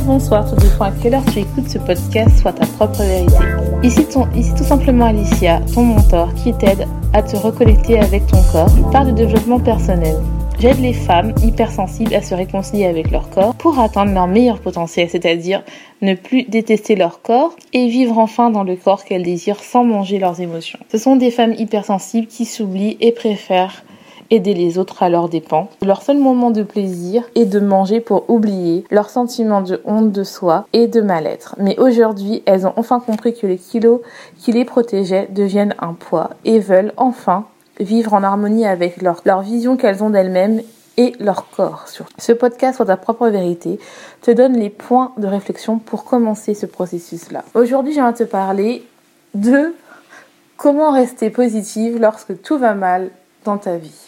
bonsoir, tout dépend à quelle heure tu écoutes ce podcast, soit ta propre vérité. Ici tout simplement Alicia, ton mentor qui t'aide à te reconnecter avec ton corps. Je parle de développement personnel. J'aide les femmes hypersensibles à se réconcilier avec leur corps pour atteindre leur meilleur potentiel, c'est-à-dire ne plus détester leur corps et vivre enfin dans le corps qu'elles désirent sans manger leurs émotions. Ce sont des femmes hypersensibles qui s'oublient et préfèrent aider les autres à leurs dépens. Leur seul moment de plaisir est de manger pour oublier leur sentiment de honte de soi et de mal-être. Mais aujourd'hui, elles ont enfin compris que les kilos qui les protégeaient deviennent un poids et veulent enfin vivre en harmonie avec leur vision qu'elles ont d'elles-mêmes et leur corps. Ce podcast, Soit ta propre vérité, te donne les points de réflexion pour commencer ce processus-là. Aujourd'hui, j'ai envie de te parler de comment rester positive lorsque tout va mal dans ta vie.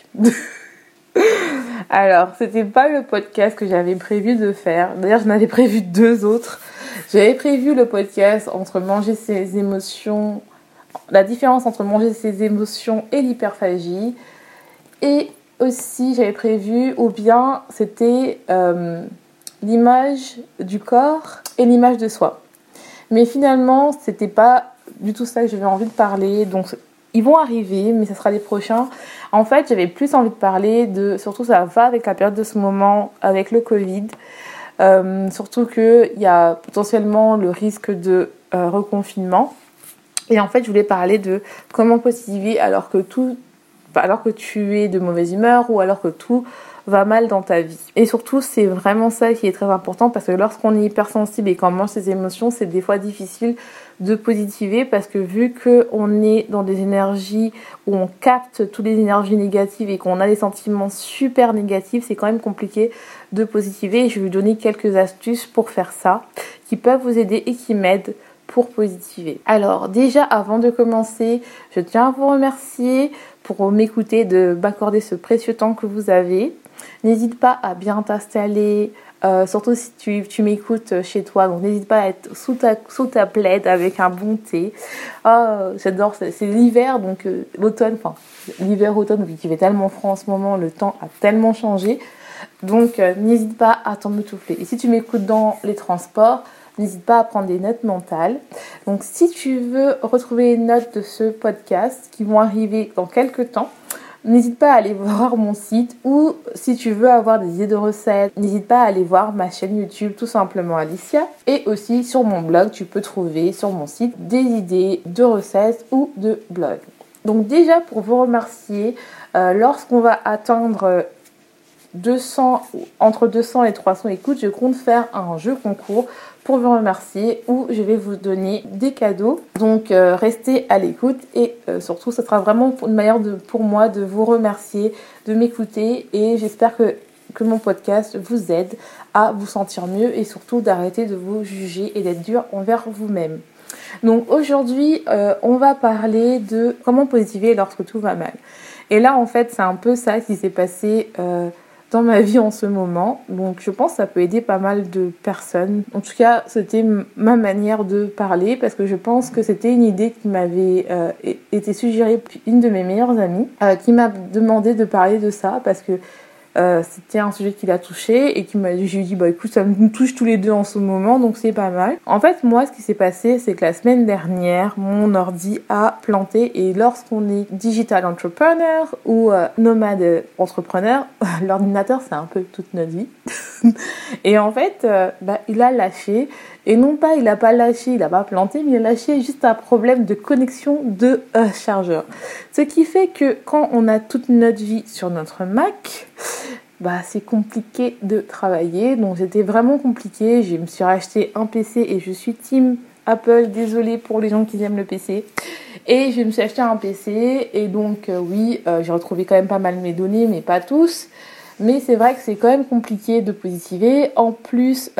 Alors, c'était pas le podcast que j'avais prévu de faire. D'ailleurs, j'en avais prévu 2 autres. J'avais prévu le podcast entre manger ses émotions, la différence entre manger ses émotions et l'hyperphagie. Et aussi, j'avais prévu, ou bien c'était l'image du corps et l'image de soi. Mais finalement, c'était pas du tout ça que j'avais envie de parler. Donc, ils vont arriver, mais ça sera les prochains. En fait, j'avais plus envie de parler de... Surtout, ça va avec la période de ce moment, avec le Covid. Surtout qu'il y a potentiellement le risque de reconfinement. Et en fait, je voulais parler de comment positiver alors que tu es de mauvaise humeur ou alors que tout va mal dans ta vie. Et surtout, c'est vraiment ça qui est très important parce que lorsqu'on est hypersensible et qu'on mange ses émotions, c'est des fois difficile de positiver parce que vu qu'on est dans des énergies où on capte toutes les énergies négatives et qu'on a des sentiments super négatifs, c'est quand même compliqué de positiver. Et je vais vous donner quelques astuces pour faire ça qui peuvent vous aider et qui m'aident pour positiver. Alors déjà, avant de commencer, je tiens à vous remercier pour m'écouter, de m'accorder ce précieux temps que vous avez. N'hésite pas à bien t'installer, surtout si tu m'écoutes chez toi, donc n'hésite pas à être sous ta plaide avec un bon thé. J'adore, c'est l'hiver, donc l'hiver-automne, vu qu'il fait tellement froid en ce moment, le temps a tellement changé, donc n'hésite pas à t'emmitoufler. Et si tu m'écoutes dans les transports, n'hésite pas à prendre des notes mentales. Donc si tu veux retrouver les notes de ce podcast qui vont arriver dans quelques temps, n'hésite pas à aller voir mon site, ou si tu veux avoir des idées de recettes, n'hésite pas à aller voir ma chaîne YouTube, tout simplement Alicia. Et aussi sur mon blog, tu peux trouver sur mon site des idées de recettes ou de blogs. Donc déjà, pour vous remercier, lorsqu'on va atteindre entre 200 et 300 écoutes, je compte faire un jeu concours pour vous remercier où je vais vous donner des cadeaux. Donc restez à l'écoute et surtout ça sera vraiment une manière pour moi de vous remercier, de m'écouter, et j'espère que mon podcast vous aide à vous sentir mieux et surtout d'arrêter de vous juger et d'être dur envers vous-même. Donc aujourd'hui, on va parler de comment positiver lorsque tout va mal. Et là en fait c'est un peu ça qui s'est passé dans ma vie en ce moment, donc je pense que ça peut aider pas mal de personnes. En tout cas, c'était ma manière de parler parce que je pense que c'était une idée qui m'avait été suggérée par une de mes meilleures amies qui m'a demandé de parler de ça parce que c'était un sujet qui l'a touché et je lui ai dit écoute, ça nous touche tous les deux en ce moment, donc c'est pas mal. En fait, moi ce qui s'est passé, c'est que la semaine dernière mon ordi a planté, et lorsqu'on est digital entrepreneur ou nomade entrepreneur, l'ordinateur c'est un peu toute notre vie. Et en fait il a lâché, et non pas il a pas lâché, il a pas planté, mais il a lâché juste un problème de connexion de chargeur, ce qui fait que quand on a toute notre vie sur notre Mac, c'est compliqué de travailler. Donc c'était vraiment compliqué. Je me suis racheté un PC et je suis team Apple, désolée pour les gens qui aiment le PC. Et je me suis acheté un PC et donc j'ai retrouvé quand même pas mal mes données, mais pas tous. Mais c'est vrai que c'est quand même compliqué de positiver. En plus,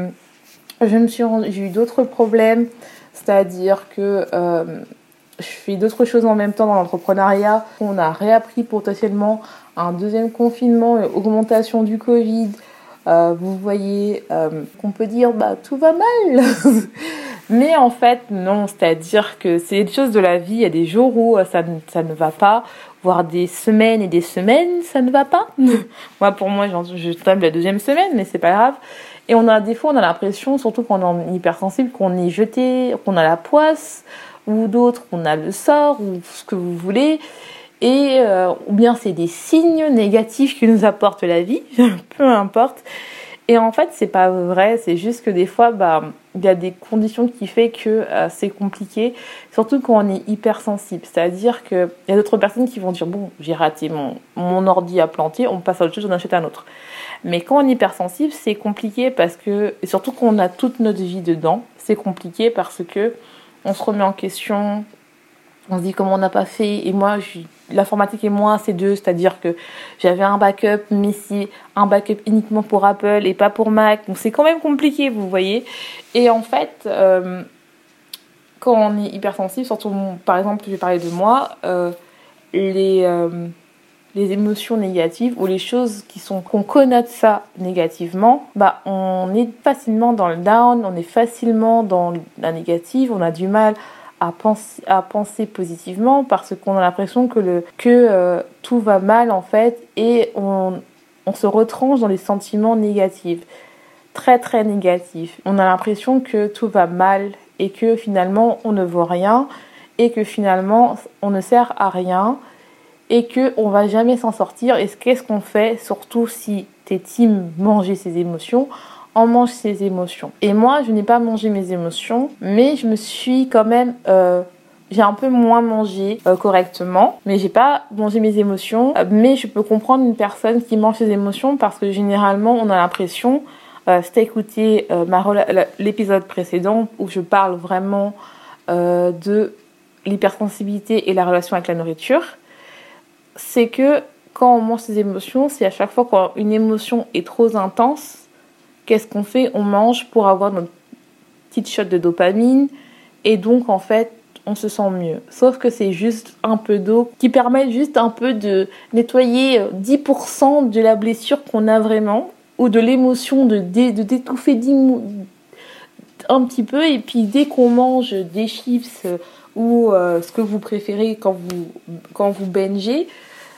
j'ai eu d'autres problèmes, c'est-à-dire que je fais d'autres choses en même temps dans l'entrepreneuriat. On a réappris potentiellement un deuxième confinement, augmentation du Covid. Vous voyez qu'on peut dire tout va mal. Mais en fait non, c'est-à-dire que c'est des choses de la vie. Il y a des jours où ça ne va pas, voire des semaines et des semaines ça ne va pas. Pour moi je table la 2e semaine, mais c'est pas grave. Et des fois, on a l'impression, surtout quand on est hypersensible, qu'on est jeté, qu'on a la poisse, ou d'autres, qu'on a le sort, ou ce que vous voulez. Et ou bien c'est des signes négatifs que nous apporte la vie, peu importe. Et en fait, c'est pas vrai, c'est juste que des fois, il y a des conditions qui fait que c'est compliqué, surtout quand on est hypersensible. C'est-à-dire qu'il y a d'autres personnes qui vont dire, bon, j'ai raté, mon ordi a planté, on passe à autre chose, on achète un autre. Mais quand on est hypersensible, c'est compliqué parce que, et surtout quand on a toute notre vie dedans, c'est compliqué parce que on se remet en question, on se dit comment on n'a pas fait. Et moi, l'informatique et moi, c'est deux, c'est-à-dire que j'avais un backup, mais c'est un backup uniquement pour Apple et pas pour Mac. Donc c'est quand même compliqué, vous voyez. Et en fait, quand on est hypersensible, surtout, par exemple, je vais parler de moi, les émotions négatives ou les choses qu'on connote ça négativement, on est facilement dans le down, on est facilement dans la négative, on a du mal à penser positivement parce qu'on a l'impression que tout va mal en fait, et on se retranche dans les sentiments négatifs, très très négatifs. On a l'impression que tout va mal et que finalement on ne vaut rien et que finalement on ne sert à rien et qu'on va jamais s'en sortir. Et qu'est-ce qu'on fait, surtout si t'es team manger ses émotions? On mange ses émotions. Et moi, je n'ai pas mangé mes émotions, mais je me suis quand même... j'ai un peu moins mangé correctement, mais j'ai pas mangé mes émotions. Mais je peux comprendre une personne qui mange ses émotions parce que généralement, on a l'impression... si t'as écouté l'épisode précédent où je parle vraiment de l'hypersensibilité et la relation avec la nourriture, c'est que quand on mange ses émotions, c'est à chaque fois quand une émotion est trop intense, qu'est-ce qu'on fait? On mange pour avoir notre petite shot de dopamine et donc en fait on se sent mieux. Sauf que c'est juste un peu d'eau qui permet juste un peu de nettoyer 10% de la blessure qu'on a vraiment ou de l'émotion, de d'étouffer un petit peu. Et puis dès qu'on mange des chips ou ce que vous préférez quand vous bingez,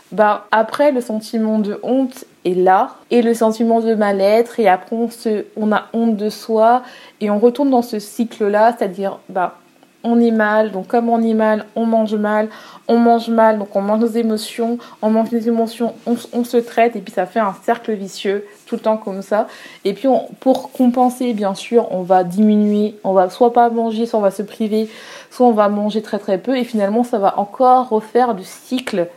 après le sentiment de honte est là et le sentiment de mal-être, et après on a honte de soi et on retourne dans ce cycle là, c'est-à-dire on est mal, donc comme on est mal, on mange mal, donc on mange nos émotions, on mange les émotions, on se traite, et puis ça fait un cercle vicieux tout le temps comme ça. Et puis pour compenser, bien sûr, on va diminuer, on va soit pas manger, soit on va se priver, soit on va manger très très peu, et finalement ça va encore refaire le cycle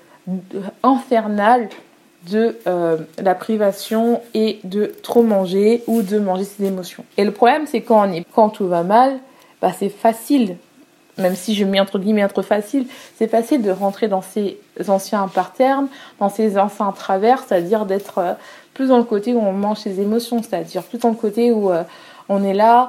infernal de la privation et de trop manger ou de manger ses émotions. Et le problème, c'est quand tout va mal, c'est facile, même si je mets entre guillemets entre facile, c'est facile de rentrer dans ces anciens patterns, dans ces anciens travers, c'est-à-dire d'être plus dans le côté où on mange ses émotions, c'est-à-dire plus dans le côté où on est là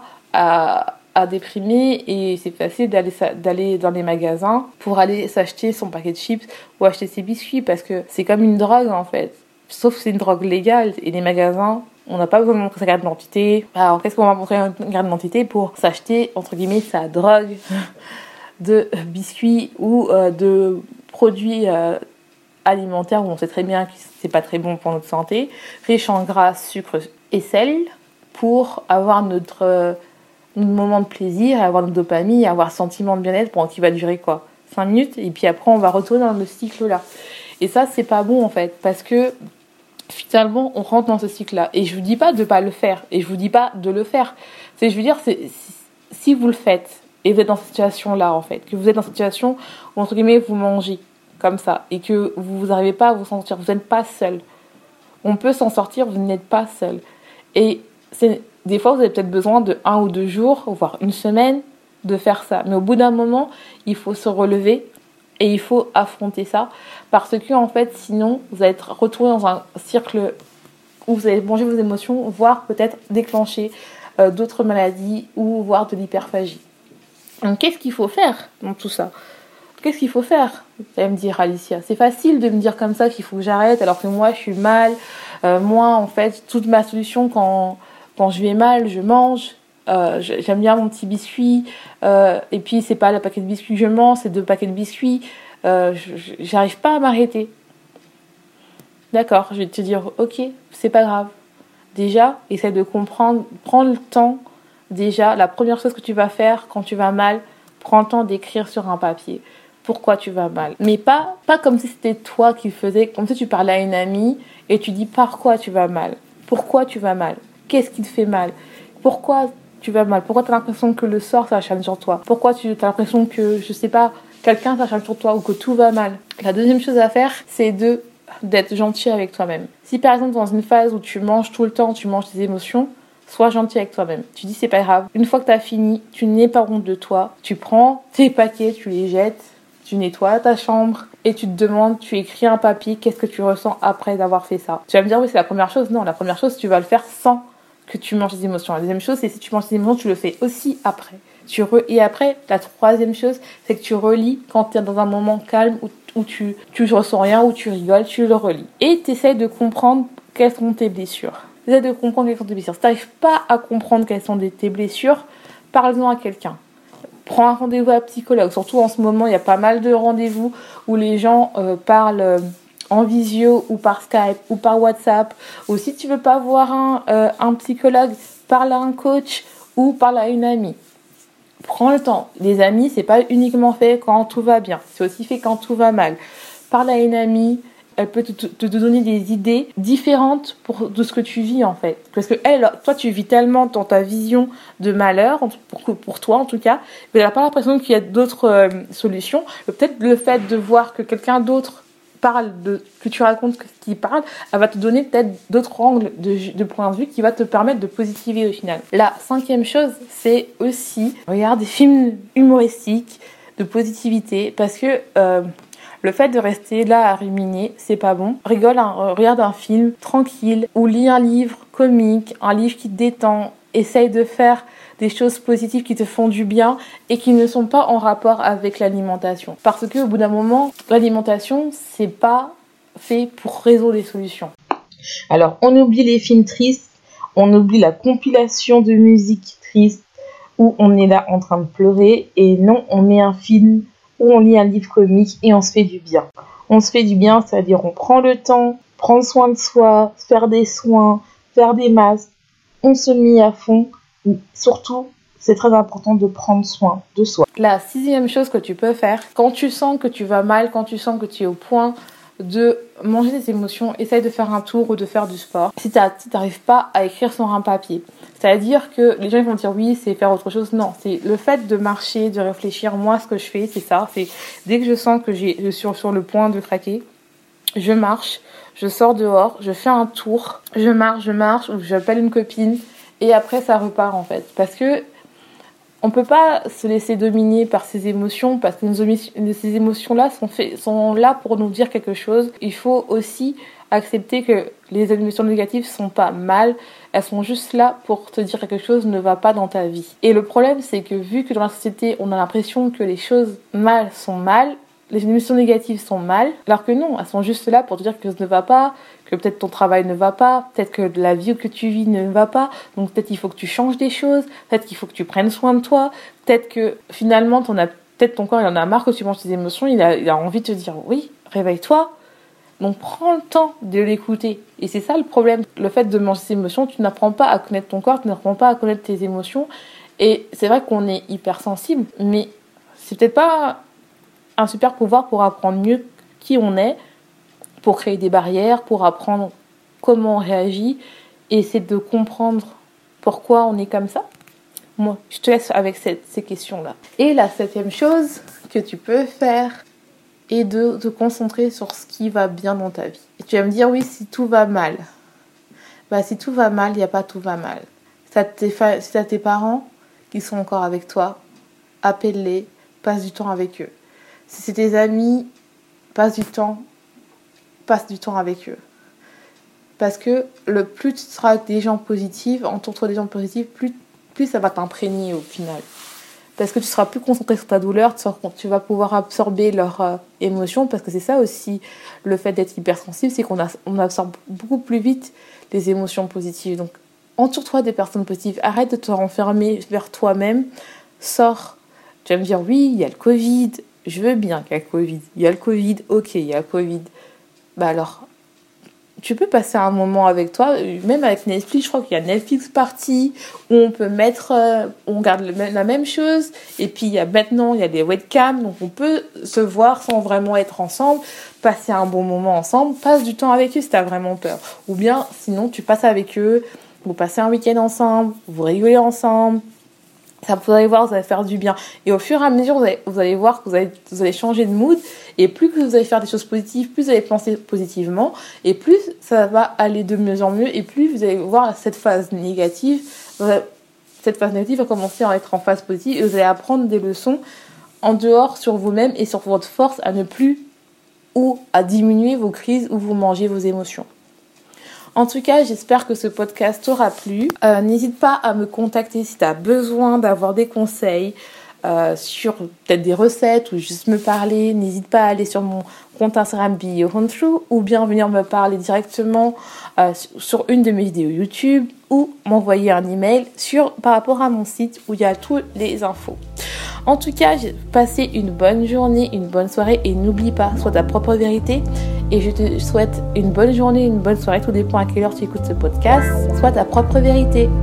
à déprimer, et c'est facile d'aller dans les magasins pour aller s'acheter son paquet de chips ou acheter ses biscuits, parce que c'est comme une drogue en fait, sauf que c'est une drogue légale, et les magasins, on n'a pas besoin de montrer sa carte d'identité. Alors qu'est-ce qu'on va montrer une carte d'identité pour s'acheter entre guillemets sa drogue de biscuits ou de produits alimentaires où on sait très bien que c'est pas très bon pour notre santé, riche en gras, sucre et sel, pour avoir notre moment de plaisir, avoir notre dopamine, avoir ce sentiment de bien-être qui va durer 5 minutes, et puis après on va retourner dans le cycle là. Et ça, c'est pas bon en fait, parce que finalement on rentre dans ce cycle là. Et je vous dis pas de pas le faire, et je vous dis pas de le faire, je veux dire, si vous le faites et vous êtes dans cette situation là en fait, que vous êtes dans cette situation où entre guillemets vous mangez comme ça et que vous n'arrivez pas à vous sentir, vous n'êtes pas seul, on peut s'en sortir, vous n'êtes pas seul. Et des fois vous avez peut-être besoin de 1 ou 2 jours, voire une semaine de faire ça, mais au bout d'un moment il faut se relever et il faut affronter ça, parce que en fait sinon vous allez être retourné dans un cercle où vous allez manger vos émotions, voire peut-être déclencher d'autres maladies ou voire de l'hyperphagie. Donc qu'est-ce qu'il faut faire dans tout ça? Qu'est-ce qu'il faut faire? Vous allez me dire, Alicia, c'est facile de me dire comme ça qu'il faut que j'arrête alors que moi je suis mal. Moi en fait toute ma solution quand je vais mal, je mange. J'aime bien mon petit biscuit, et puis c'est pas le paquet de biscuits que je mange, c'est 2 paquets de biscuits. J'arrive pas à m'arrêter. D'accord, je vais te dire ok, c'est pas grave, déjà, essaie de comprendre, prends le temps. Déjà, la première chose que tu vas faire quand tu vas mal, prends le temps d'écrire sur un papier pourquoi tu vas mal. Mais pas comme si c'était toi qui le faisais, comme si tu parlais à une amie et tu dis par quoi tu vas mal. Pourquoi tu vas mal? Qu'est-ce qui te fait mal? Pourquoi tu vas mal? Pourquoi tu as l'impression que le sort s'acharne sur toi? Pourquoi tu as l'impression que, je sais pas, quelqu'un s'acharne sur toi ou que tout va mal? La deuxième chose à faire, c'est d'être gentil avec toi-même. Si par exemple dans une phase où tu manges tout le temps, tu manges tes émotions, sois gentil avec toi-même. Tu dis c'est pas grave. Une fois que t'as fini, tu n'es pas honte de toi. Tu prends tes paquets, tu les jettes, tu nettoies ta chambre et tu te demandes, tu écris un papier, qu'est-ce que tu ressens après d'avoir fait ça. Tu vas me dire oui c'est la première chose. Non, la première chose tu vas le faire sans que tu manges tes émotions. La deuxième chose c'est si tu manges tes émotions, tu le fais aussi après. Et après, la troisième chose, c'est que tu relis quand tu es dans un moment calme où tu ressens rien, où tu rigoles, tu le relis. Et tu essaies de comprendre quelles sont tes blessures. T'essaies de comprendre quelles sont tes blessures. Si tu n'arrives pas à comprendre quelles sont tes blessures, parle-en à quelqu'un. Prends un rendez-vous à psychologue. Surtout en ce moment, il y a pas mal de rendez-vous où les gens parlent en visio ou par Skype ou par WhatsApp. Ou si tu veux pas voir un psychologue, parle à un coach ou parle à une amie. Prends le temps. Les amis, c'est pas uniquement fait quand tout va bien. C'est aussi fait quand tout va mal. Parle à une amie. Elle peut te donner des idées différentes de ce que tu vis en fait. Parce que toi tu vis tellement dans ta vision de malheur, pour toi en tout cas, mais elle n'a pas l'impression qu'il y a d'autres solutions. Peut-être le fait de voir que quelqu'un d'autre que tu racontes ce qu'il parle, elle va te donner peut-être d'autres angles de points de vue qui va te permettre de positiver au final. La cinquième chose, c'est aussi regarder des films humoristiques, de positivité, parce que le fait de rester là à ruminer, c'est pas bon. Regarde un film tranquille ou lis un livre comique, un livre qui te détend. Essaye de faire des choses positives qui te font du bien et qui ne sont pas en rapport avec l'alimentation. Parce qu'au bout d'un moment, l'alimentation, c'est pas fait pour résoudre les solutions. Alors, on oublie les films tristes, on oublie la compilation de musique triste où on est là en train de pleurer et non, on met un film où on lit un livre comique et on se fait du bien. On se fait du bien, c'est-à-dire on prend le temps, prendre soin de soi, faire des soins, faire des masques, on se met à fond. Surtout, c'est très important de prendre soin de soi. La sixième chose que tu peux faire, quand tu sens que tu vas mal, quand tu sens que tu es au point de manger tes émotions, essaye de faire un tour ou de faire du sport. Si tu n'arrives pas à écrire sur un papier, c'est-à-dire que les gens ils vont dire oui, c'est faire autre chose. Non, c'est le fait de marcher, de réfléchir. Moi, ce que je fais, c'est ça. C'est dès que je sens que je suis sur le point de craquer, je marche, je sors dehors, je fais un tour, je marche, ou j'appelle une copine et après ça repart en fait. Parce que on peut pas se laisser dominer par ces émotions parce que ces émotions-là sont là pour nous dire quelque chose. Il faut aussi accepter que les émotions négatives sont pas mal, elles sont juste là pour te dire que quelque chose ne va pas dans ta vie. Et le problème, c'est que vu que dans la société, on a l'impression que les choses mal sont mal, les émotions négatives sont mal, alors que non, elles sont juste là pour te dire que ça ne va pas, que peut-être ton travail ne va pas, peut-être que la vie que tu vis ne va pas, donc peut-être il faut que tu changes des choses, peut-être qu'il faut que tu prennes soin de toi, peut-être que finalement peut-être ton corps il en a marre que tu manges tes émotions, il a envie de te dire oui, réveille-toi. Donc prends le temps de l'écouter. Et c'est ça le problème, le fait de manger ses émotions, tu n'apprends pas à connaître ton corps, tu n'apprends pas à connaître tes émotions. Et c'est vrai qu'on est hypersensible, mais c'est peut-être pas un super pouvoir pour apprendre mieux qui on est, pour créer des barrières, pour apprendre comment on réagit et essayer de comprendre pourquoi on est comme ça. Moi, je te laisse avec ces questions-là. Et la septième chose que tu peux faire est de te concentrer sur ce qui va bien dans ta vie. Et tu vas me dire, oui, si tout va mal. Si tout va mal, il n'y a pas tout va mal. Si tu as tes parents qui sont encore avec toi, appelle-les, passe du temps avec eux. Si c'est tes amis, passe du temps avec eux. Parce que le plus tu seras avec des gens positifs, entoure-toi des gens positifs, plus ça va t'imprégner au final. Parce que tu seras plus concentré sur ta douleur, tu vas pouvoir absorber leurs émotions, parce que c'est ça aussi le fait d'être hypersensible, c'est qu'on absorbe beaucoup plus vite les émotions positives. Donc entoure-toi des personnes positives, arrête de te renfermer vers toi-même, sors. Tu vas me dire oui, il y a le Covid, je veux bien qu'il y ait le Covid. Il y a le Covid, ok, il y a le Covid. Alors, tu peux passer un moment avec toi, même avec Netflix. Je crois qu'il y a Netflix Party où on peut on regarde la même chose. Et puis maintenant il y a des webcams, donc on peut se voir sans vraiment être ensemble, passer un bon moment ensemble, passe du temps avec eux si t'as vraiment peur. Ou bien sinon tu passes avec eux, vous passez un week-end ensemble, vous rigolez ensemble. Ça, vous allez voir, vous allez faire du bien. Et au fur et à mesure, vous allez voir que vous allez changer de mood. Et plus que vous allez faire des choses positives, plus vous allez penser positivement. Et plus ça va aller de mieux en mieux. Et plus vous allez voir cette phase négative. Cette phase négative va commencer à être en phase positive. Et vous allez apprendre des leçons en dehors sur vous-même et sur votre force à ne plus ou à diminuer vos crises ou vous mangez vos émotions. En tout cas, j'espère que ce podcast t'aura plu. N'hésite pas à me contacter si tu as besoin d'avoir des conseils sur peut-être des recettes ou juste me parler. N'hésite pas à aller sur mon compte Instagram Be Your Own True ou bien venir me parler directement sur une de mes vidéos YouTube ou m'envoyer un email par rapport à mon site où il y a toutes les infos. En tout cas, j'ai passé une bonne journée, une bonne soirée et n'oublie pas, sois ta propre vérité. Et je te souhaite une bonne journée, une bonne soirée, tout dépend à quelle heure tu écoutes ce podcast. Sois ta propre vérité.